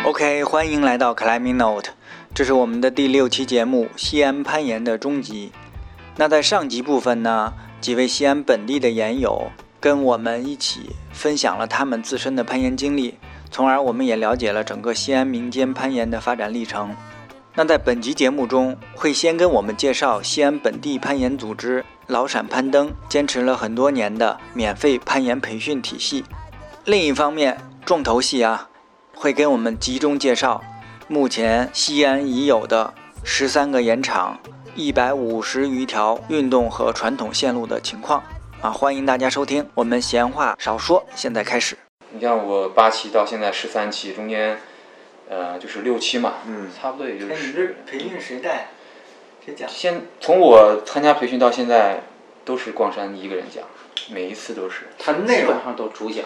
OK， 欢迎来到 Climbing Note， 这是我们的第6期节目，西安攀岩的终极。那在上集部分呢，几位西安本地的岩友跟我们一起分享了他们自身的攀岩经历，从而我们也了解了整个西安民间攀岩的发展历程。那在本集节目中，会先跟我们介绍西安本地攀岩组织老陕攀登坚持了很多年的免费攀岩培训体系。另一方面，重头戏会给我们集中介绍目前西安已有的13个岩场、150余条运动和传统线路的情况欢迎大家收听。我们闲话少说，现在开始。 你像我8期到现在13期，中间就是6期嘛，差不多也就是。 你这培训谁带？谁讲？ 从我参加培训到现在，都是光山一个人讲，每一次都是。 他内容上都主讲。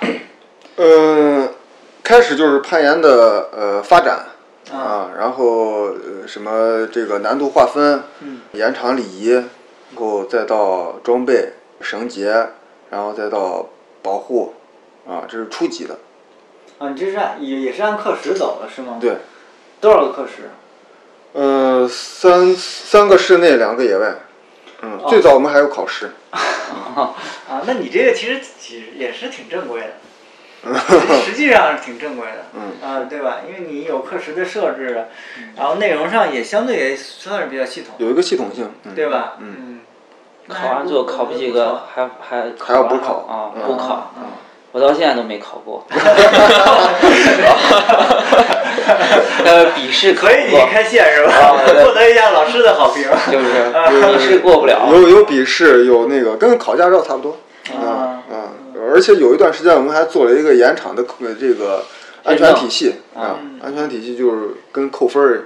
开始就是攀岩的发展然后什么这个难度划分，岩场礼仪，然后再到装备绳结，然后再到保护这是初级的。 你这是也是按课时走的是吗？ 对。 多少个课时 ？3个室内，2个野外。最早我们还有考试。 那你这个其实也是挺正规的。实际上是挺正规的，对吧？因为你有课时的设置，然后内容上也相对也算是比较系统， 有一个系统性， 对吧？ 考完之后考不及格，还要补考补考。我到现在都没考过。笔试可以你开线是吧？获得一下老师的好评。 就是笔试过不了。 有笔试，有那个跟考驾照差不多。而且有一段时间我们还做了一个岩场的这个安全体系安全体系就是跟扣分儿。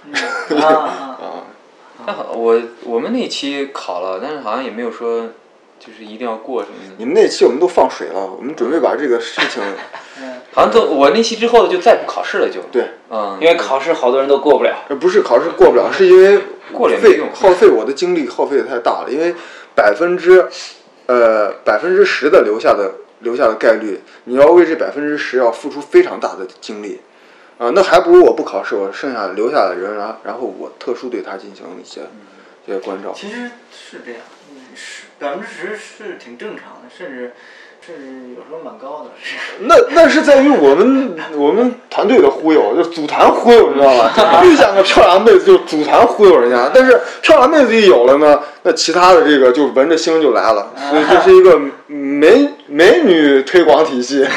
我们那期考了，但是好像也没有说就是一定要过什么的。 你们那期我们都放水了，我们准备把这个事情。 好像我那期之后就再不考试了就。 对， 因为考试好多人都过不了。 不是考试过不了，是因为过了也没用， 耗费我的精力耗费的太大了，因为10%的留下的概率，你要为这10%要付出非常大的精力，那还不如我不考试，我剩下留下的人，然后我特殊对他进行一些关照。 其实是这样，10%是挺正常的，甚至有时候蛮高的。 那是在于我们团队的忽悠，就组团忽悠，你知道吧？遇见个漂亮妹子就组团忽悠人家，但是漂亮妹子一有了呢，那其他的这个就闻着腥就来了，所以这是一个美女推广体系。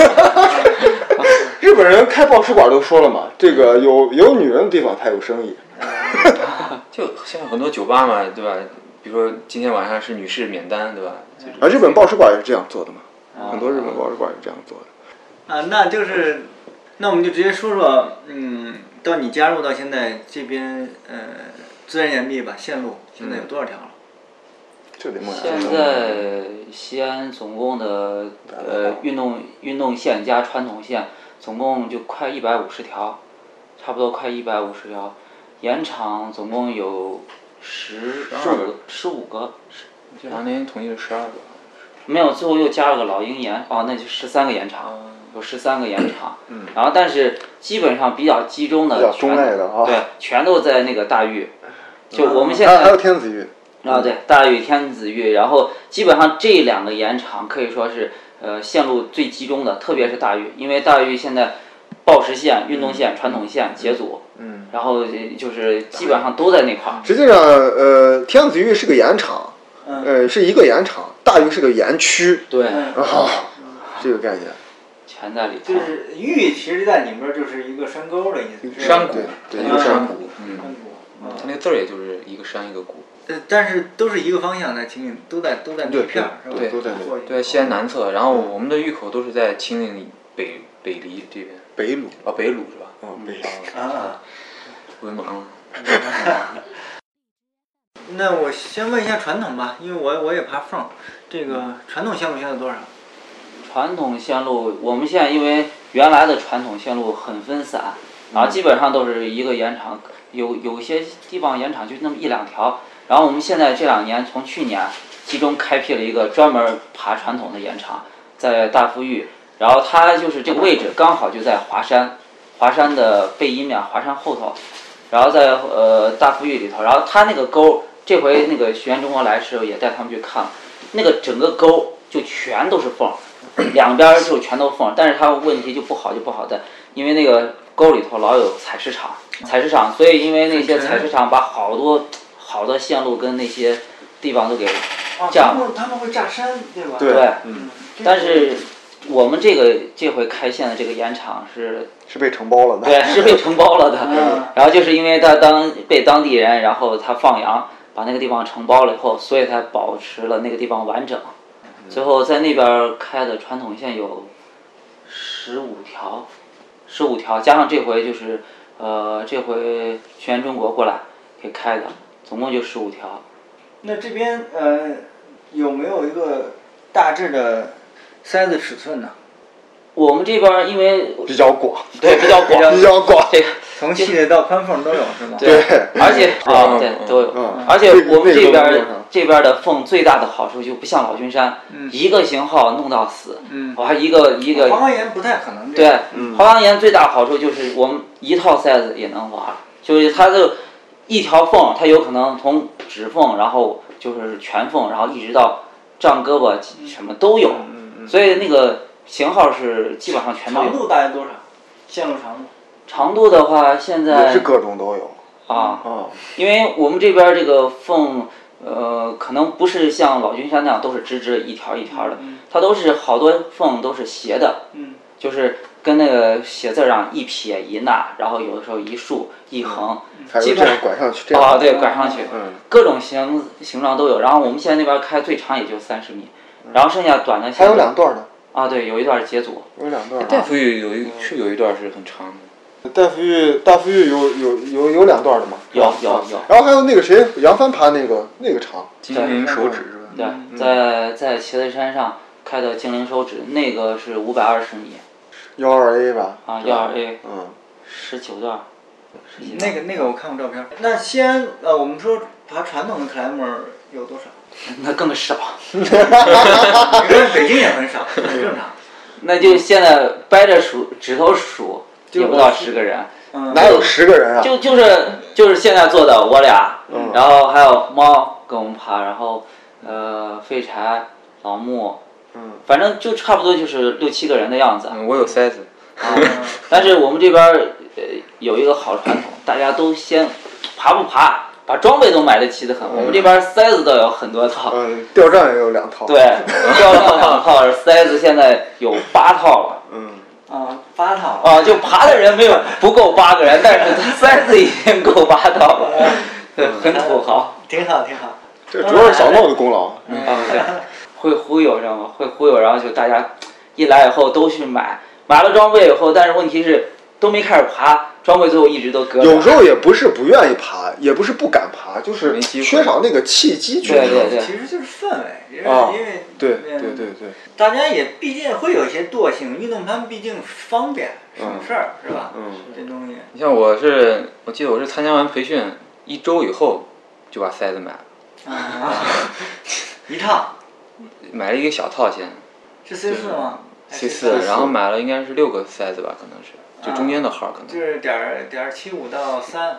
日本人开报使馆都说了嘛，这个有女人的地方才有生意。 就像很多酒吧嘛，对吧？比如说今天晚上是女士免单，对吧？ 日本报使馆也是这样做的嘛，很多日本报使馆也是这样做的。 那我们就直接说说，到你加入到现在这边自然岩壁吧，线路现在有多少条了？ 现在西安总共的运动线加传统线，总共就快150条，差不多快150条。岩场总共有15个。 这2年统计了12个。 没有，最后又加了个老鹰岩，那就13个岩场，有13个岩场。然后但是基本上比较集中的， 比较中类的对，全都在那个大峪。就我们现在还有天子峪。 对，大峪、天子峪，然后基本上这2个岩场可以说是线路最集中的，特别是大峪，因为大峪现在报时线、运动线、传统线解组，然后就是基本上都在那块儿。 实际上，天子峪是个岩场，是一个岩场，大峪是个岩区。 对， 这个概念。 全在里头。 就是峪，其实在你们就是一个山沟的意思。 山谷， 对，一个山谷。 它那个字儿也就是一个山一个谷。 但是都是一个方向在清岭，都在那片儿，是吧？ 对，西安南侧，然后我们的峪口都是在清岭北离这边。 北鲁。 北鲁是吧？ 北文盲了。 那我先问一下传统吧，因为我也爬缝，这个传统线路现在多少？ 传统线路，我们现在因为原来的传统线路很分散，然后基本上都是一个岩场，有些地方岩场就那么1-2条。然后我们现在这2年，从去年集中开辟了一个专门爬传统的岩场，在大富峪，然后它就是这个位置刚好就在华山华山的背阴面，华山后头，然后在大富裕里头，然后它那个沟，这回那个学员中国来的时候也带他们去看，那个整个沟就全都是缝，两边就全都缝，但是它问题就不好在，因为那个沟里头老有采石场，所以因为那些采石场把好多线路跟那些地方都给炸，他们会炸山，对吧？ 对，但是我们这回开线的这个盐场是被承包了的。 对，是被承包了的。然后就是因为他被当地人，然后他放羊，把那个地方承包了以后，所以才保持了那个地方完整。最后在那边开的传统线有15条，加上这回就是这回全中国过来给开的，总共就15条。 那这边有没有一个大致的塞子尺寸呢？ 我们这边因为比较广， 对，比较广，这个从细的到宽缝都有是吗？ 对，而且对都有，而且我们这边的缝最大的好处就不像老君山，一个型号弄到死，还一个黄冈岩不太可能。 对，黄冈岩最大好处就是我们一套塞子也能挖，就是它的一条缝，它有可能从指缝，然后就是全缝，然后一直到丈胳膊什么都有，所以那个型号是基本上全都有。 长度大概多少？线路长度？ 长度的话，现在也是各种都有。 因为我们这边这个缝，可能不是像老君山那样都是直一条一条的，它都是好多缝都是斜的，就是跟那个写字上一撇一捺，然后有的时候一竖一横，基本上拐上去。 对，拐上去，各种形状都有。然后我们现在那边开最长也就30米，然后剩下短的还有2段呢。 对，有一段节组。 有2段。 大富裕有一段是很长的。 大富裕有2段的嘛？ 有。 然后还有那个谁，杨帆爬那个长。 精灵手指是吧？ 对，在茄子山上开的精灵手指，那个是520米。 12A 吧。 12A。19段。 那个我看过照片。那西安我们说爬传统的克莱姆有多少？ 那更少。 你说北京也很少，很正常。 那就现在掰着指头数，也不到10个人。 哪有10个人啊？ 就是现在做的我俩，然后还有猫跟我们爬，然后废柴、老穆，反正就差不多就是6、7个人的样子。 我有塞子。 但是我们这边有一个好传统，大家都先爬不爬，把装备都买得齐得很。我们这边塞子都有很多套。 吊杖也有2套。 对，吊杖2套，塞子现在有8套了。 8套。 就爬的人不够8个人，但是塞子已经够8套了，很土豪。 挺好。 这主要是小闹的功劳。 对，会忽悠知道吗？会忽悠，然后就大家一来以后都去买了装备以后，但是问题是都没开始爬，装备最后一直都搁着。 有时候也不是不愿意爬，也不是不敢爬，就是缺少那个契机去爬。 对， 其实就是氛围，因为对， 大家也毕竟会有一些惰性，运动攀毕竟方便省事儿，是吧？这东西。 你像我记得我是参加完培训1周以后就把塞子买了。 一套。 买了一个小套先。 是 C4 吗 ？C4，然后买了应该是6个塞子吧，可能是，就中间的号可能。 就是.75到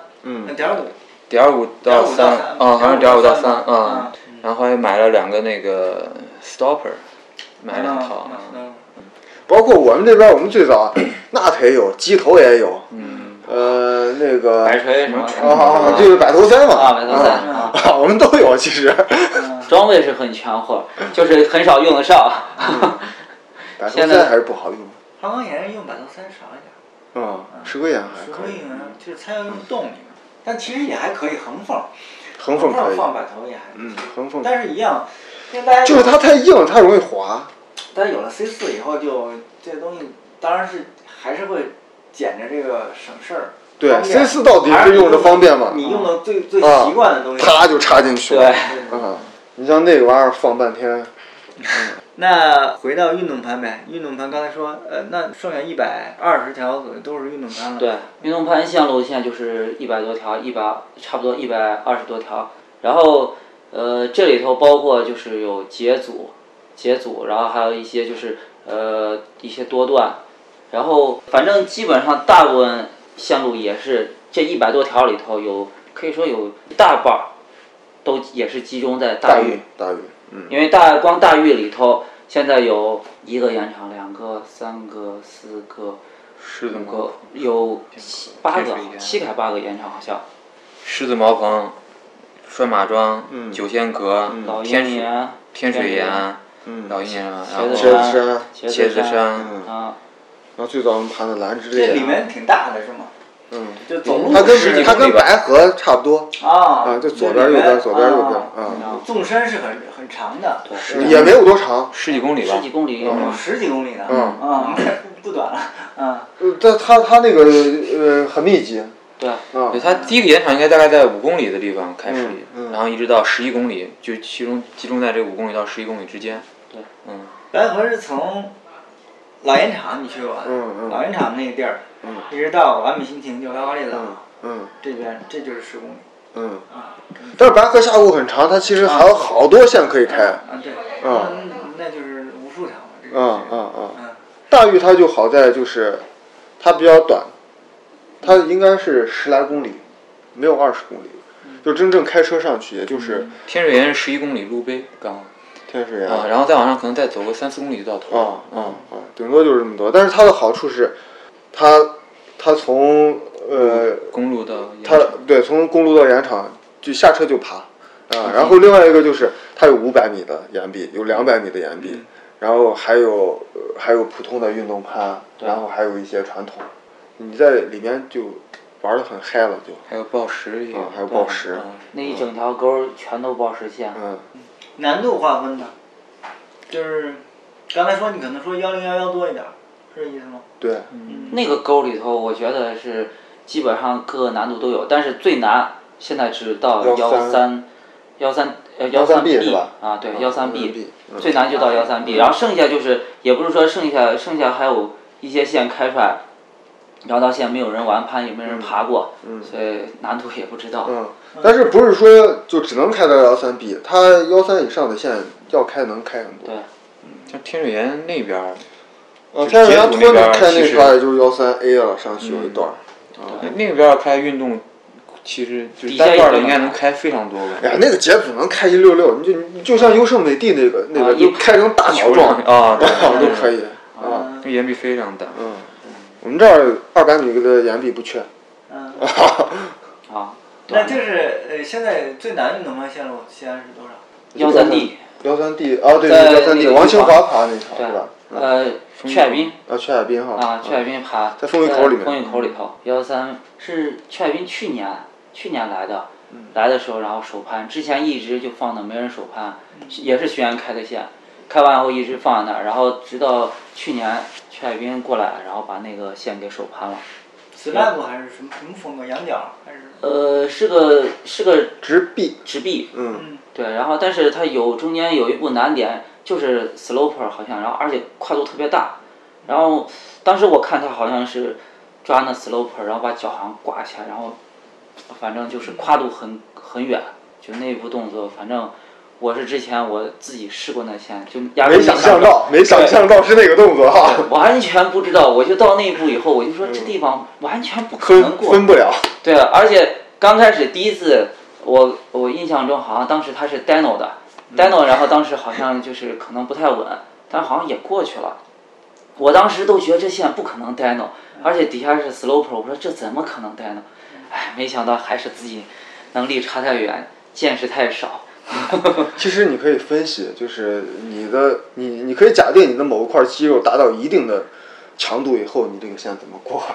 3，.5。 .5到3，好像是.5到3，然后还买了2个那个 stopper， 买了2套。 包括我们这边，我们最早那腿也有，鸡头也有，那个摆锤什么？ 就是摆头塞嘛。 摆头塞我们都有其实。 装备是很全乎，就是很少用得上。 摆头塞还是不好用。 黄冈岩用摆头塞少一点。 石灰岩还可以。 就是它要用洞里面，但其实也还可以横缝。 横缝可以。 放摆头也还。 横缝。 但是一样，因为大家。 就是它太硬，它容易滑。 但有了 C4 以后，就这东西当然是还是会捡着这个省事儿。 对 ，C4 到底是用着方便嘛？ 你用的最习惯的东西。 啪就插进去了。 对。 你像那个玩意儿放半天。 那回到运动攀呗，运动攀刚才说，那剩下120条左右都是运动攀了。 对，运动攀线路现在就是100多条，差不多120多条。然后这里头包括就是有节组，然后还有一些就是一些多段， 然后反正基本上大部分线路也是这100多条里头可以说有一大半都也是集中在大峪。因为光大峪里头现在有1个盐场、2个、3个、4个、5个，有7开8个盐场好像。 狮子茅棚、拴马庄、九仙阁、天水岩、老鹰岩，然后茄子山啊。 然后最早我们盘的兰之恋。 这里面挺大的是吗？就走路它跟白河差不多啊，就左边右边左边右边啊。 纵深是很长的， 也没有多长 ，10几公里吧。 10几公里 ，10几公里的，不短了， 但它那个很密集。 对， 它第一个盐场应该大概在5公里的地方开始，然后一直到11公里，就集中在这5公里到11公里之间。 对， 白河是从老盐场你去过吧？老盐场那个地儿，一直到完美新亭就开花列岛，这边这就是10公里。 但是白河峡谷很长，它其实还有好多线可以开。 对，那就是无数条了。 大峪它就好在就是它比较短。它应该是10来公里，没有20公里，就真正开车上去，也就是天水岩是11公里路碑，刚好。 天水岩然后再往上可能再走个3、4公里就到头。 顶多就是这么多。但是它的好处是，它从公路到从公路到盐场就下车就爬然后另外一个就是它有500米的岩壁，有200米的岩壁，然后还有普通的运动攀，然后还有一些传统。你在里面就玩得很嗨了，就还有抱石也还有抱石， 那一整条沟全都抱石线。 难度划分呢，就是刚才说你可能说1011多一点，是这意思吗？ 对， 那个沟里头，我觉得是基本上各个难度都有，但是最难现在只到13B 是吧？ 对13B，最难就到13B，然后剩下就是也不是说剩下还有一些线开出来。然后到现在没有人玩攀，也没人爬过，所以难度也不知道。 但是不是说就只能开到13B，它13以上的线要开能开很多。 对， 像天水岩那边天水岩托能开那块就是13A 了，上去有一段。 那边开运动，其实就是单段的应该能开非常多个。 哎呀，那个节组能开166，你就像优胜美地那个，就开成大球状都可以那岩壁非常大。 我们这儿200米的岩壁不缺。 那就是现在最难运动攀线路西安是多少 ？13D。 13D 对13D，王清华爬那条是吧？ 曲海滨。 曲海滨哈。 曲海滨爬。 在风雨口里面。 风雨口里头，13是曲海滨去年来的，来的时候然后首攀，之前一直就放的没人首攀，也是学员开的线。开完后一直放在那儿，然后直到去年曲海滨过来，然后把那个线给首攀了。 slab 还是什么风格？仰角还是？ 是个直壁。 对，然后但是它中间有一步难点，就是 sloper 好像，然后而且跨度特别大，然后当时我看他好像是抓那 sloper， 然后把脚好像挂起来，然后反正就是跨度很远，就那一步动作，反正。我是之前我自己试过那线，就没想象到是那个动作哈， 完全不知道。我就到那一步以后，我就说这地方完全不可能过， 分不了。 对，而且刚开始第一次，我印象中好像当时他是 Dino 的，Dino， 然后当时好像就是可能不太稳，但好像也过去了。我当时都觉得这线不可能 Dino， 而且底下是 sloper， 我说这怎么可能 Dino？ 哎，没想到还是自己能力差太远，见识太少。 其实你可以分析，就是你可以假定你的某一块肌肉达到一定的强度以后，你这个线怎么过？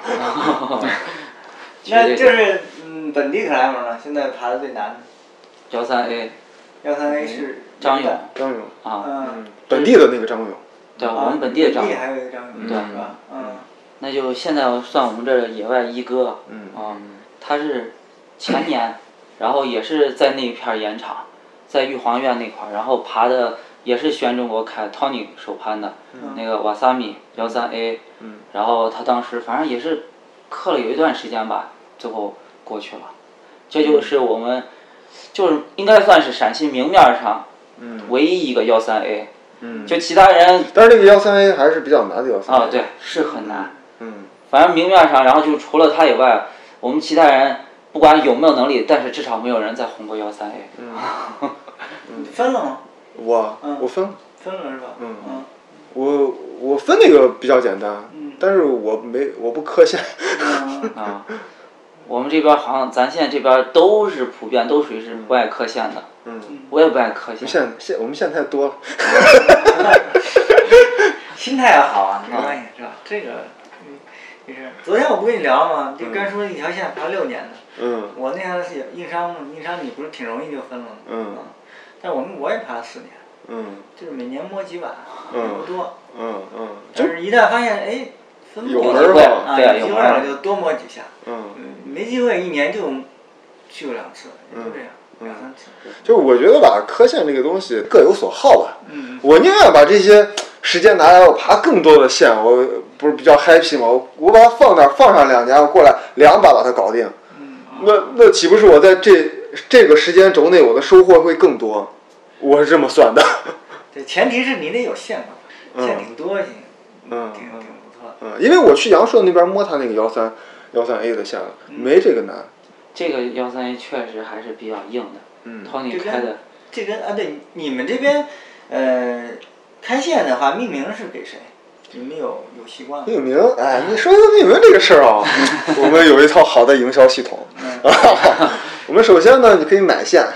那就是本地克莱姆呢，现在爬的最难的。13A 是张勇本地的那个张勇。 对，我们本地的张勇。 还有一个张勇， 对吧？ 那就现在算我们这野外一哥。他是前年，然后也是在那一片盐场。在玉皇院那块儿，然后爬的也是全中国开 Tony 首攀的，那个瓦萨米13A，然后他当时反正也是刻了有一段时间吧，最后过去了。这就是我们，就是应该算是陕西明面上唯一一个13A，就其他人。 但是这个13A还是比较难的13A。 对，是很难。 反正明面上，然后就除了他以外，我们其他人不管有没有能力，但是至少没有人再红过131。 你分了吗？ 我分了是吧？ 我分那个比较简单，但是我不磕线。 我们这边好像咱现在这边都是普遍都属于是不爱磕线的。我也不爱磕线。 我们线太多了。 心态要好啊，没关系是吧？这个没事。昨天我不跟你聊了吗？就刚说一条线爬6年的。我那条是硬伤你不是挺容易就分了吗？但我也爬了4年。就是每年摸几把，也不多。但是一旦发现分不过有机会了就多摸几下。没机会1年就去过2次，也就这样。2、3次。 就我觉得吧，磕线这个东西各有所好吧。我宁愿把这些时间拿来我爬更多的线，我不是比较 happy 吗？我把它放那儿放上2年，我过来2把它搞定。那岂不是我在这个时间轴内我的收获会更多？我是这么算的。 对，前提是你得有线嘛，线挺多行，挺不错。 因为我去阳朔那边摸他那个13A 的线，没这个难。 这个13A 确实还是比较硬的。Tony 开的。 这跟对，你们这边开线的话，命名是给谁？你们有习惯吗？ 命名，你说的命名这个事儿啊，我们有一套好的营销系统。我们首先呢，你可以买线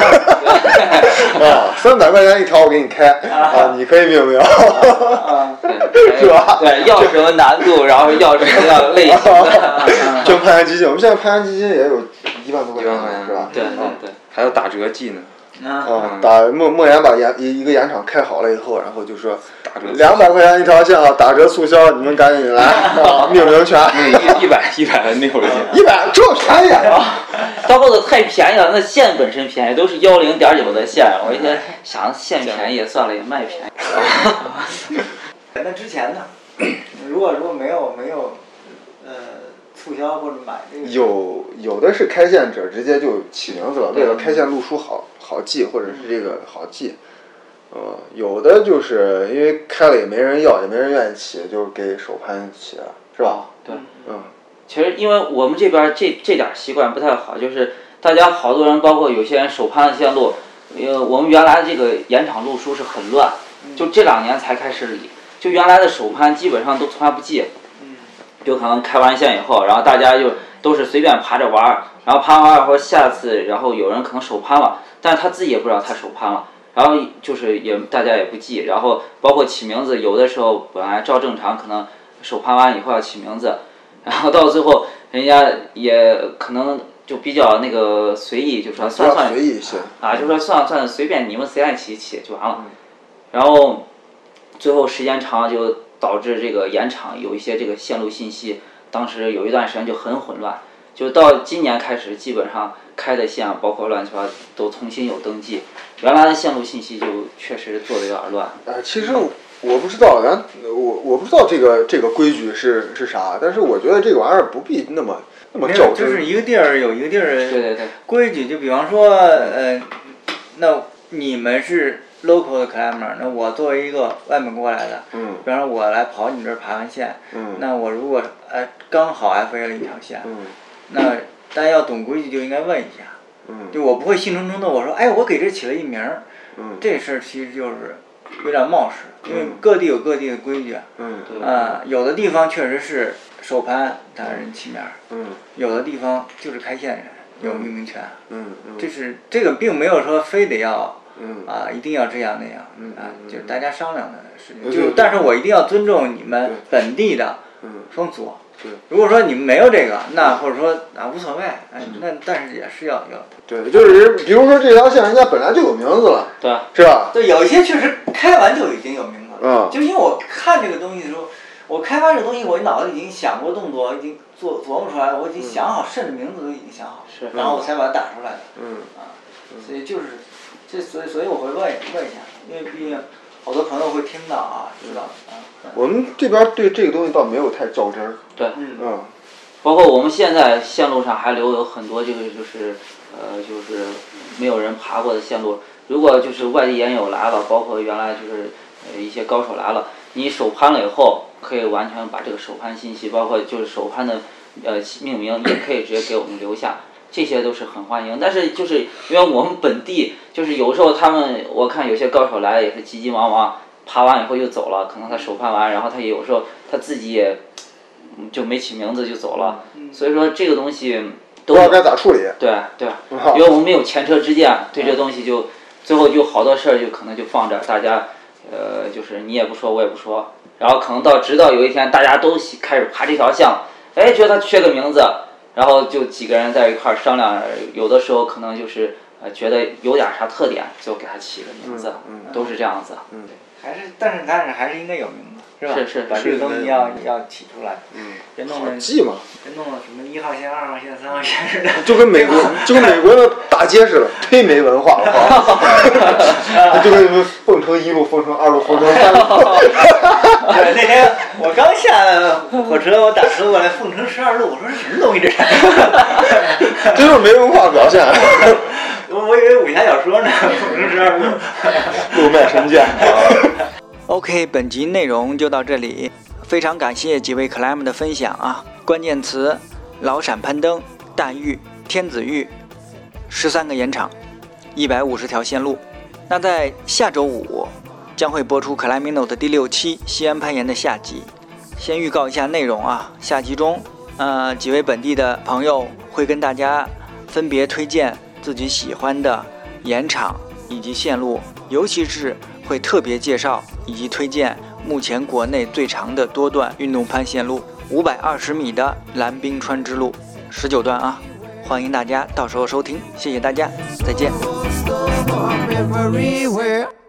，300块钱一条，我给你开你可以命名，是吧？ 对，要什么难度，然后要什么样类型的。 就攀岩基金，我们现在攀岩基金也有1万多块钱，是吧？ 对， 还有打折季呢。 莫言把一个岩场开好了以后，然后就说200块钱一条线打折促销，你们赶紧来命名权。 100那会儿 100这么便宜到后头太便宜了，那线本身便宜，都是10.9的线，我一天想线便宜，算了也卖便宜。 那之前呢？如果没有促销或者买这个， 有的是开线者直接就起名字了，为了开线路书好记，或者是这个好记。有的就是因为开了也没人要，也没人愿意起，就是给手攀起了，是吧？ 对。其实因为我们这边这点习惯不太好，就是大家好多人，包括有些人手攀的线路，我们原来这个岩场路书是很乱，就这2年才开始理。就原来的手攀基本上都从来不记，就可能开完线以后，然后大家就都是随便爬着玩，然后爬完以后下次，然后有人可能手攀了，但是他自己也不知道他手攀了，然后就是大家也不记，然后包括起名字，有的时候本来照正常可能手攀完以后要起名字，然后到最后人家也可能就比较那个随意，就说算随意一些就说算随便你们谁爱起就完了，然后最后时间长就导致这个岩场有一些这个线路信息，当时有一段时间就很混乱，就到今年开始基本上开的线包括乱七八糟都重新有登记，原来的线路信息就确实做的有点乱。 其实我不知道，我不知道这个规矩是啥，但是我觉得这个玩意儿不必那么较真。 就是一个地儿有一个地儿对规矩，就比方说那你们是 local 的 climber， 那我作为一个外面过来的，比方说我来跑你这儿爬完线，那我如果刚好 FA 了一条线，那大家要懂规矩就应该问一下，就我不会兴冲冲的我说我给这起了一名儿，这事儿其实就是有点冒失，因为各地有各地的规矩，有的地方确实是手攀他人起名儿，有的地方就是开线人有命名权，这个并没有说非得要。一定要这样那样就是大家商量的事情。但是我一定要尊重你们本地的风俗。如果说你们没有这个，那或者说无所谓，那但是也是要。 对，就是比如说这条线人家本来就有名字了， 对， 是吧？ 对，有一些确实开完就已经有名字了。就因为我看这个东西的时候，我开发这个东西，我脑子已经想过动作，已经琢磨出来，我已经想好，甚至名字都已经想好，然后我才把它打出来的。所以就是。所以我会问一下，因为毕竟好多朋友会听到知道我们这边对这个东西倒没有太较真儿。 对，包括我们现在线路上还留有很多这个就是没有人爬过的线路。如果就是外地岩友来了，包括原来就是一些高手来了， 你首攀了以后，可以完全把这个首攀信息，包括就是首攀的命名，也可以直接给我们留下，这些都是很欢迎。但是就是因为我们本地，就是有时候我看有些高手来也是急急忙忙，爬完以后就走了，可能他首攀完，然后他有时候他自己也就没起名字就走了，所以说这个东西不知道该咋处理。 对，因为我们没有前车之鉴，对这东西就最后就好多事儿就可能就放这儿，大家就是你也不说我也不说，然后可能直到有一天大家都开始爬这条项，觉得他缺个名字，然后就几个人在一块儿商量，有的时候可能就是觉得有点啥特点，就给他起个名字，都是这样子。 但是还是应该有名字，是吧？ 是把这个东西要起出来。别弄好记嘛。 别弄什么1号线、2号线、3号线似的。 就跟美国的大街似的，忒没文化了哈。就跟什么凤城1路、凤城2路、凤城3路。 对，那天我刚下火车，我打车过来，凤城12路，我说什么东西这？ 这就是没文化表现。 我以为武侠小说呢，凤城12路。 路卖神剑。 OK， 本集内容就到这里，非常感谢几位 climb 的分享啊！关键词：老陕攀登、大峪、天子峪，13个岩场，150条线路。那在下周5将会播出 Climbing Note 第6期西安攀岩的下集。先预告一下内容啊，下集中，几位本地的朋友会跟大家分别推荐自己喜欢的岩场以及线路，尤其是会特别介绍以及推荐目前国内最长的多段运动攀线路，520米的蓝冰川之路，19段啊！欢迎大家到时候收听，谢谢大家，再见。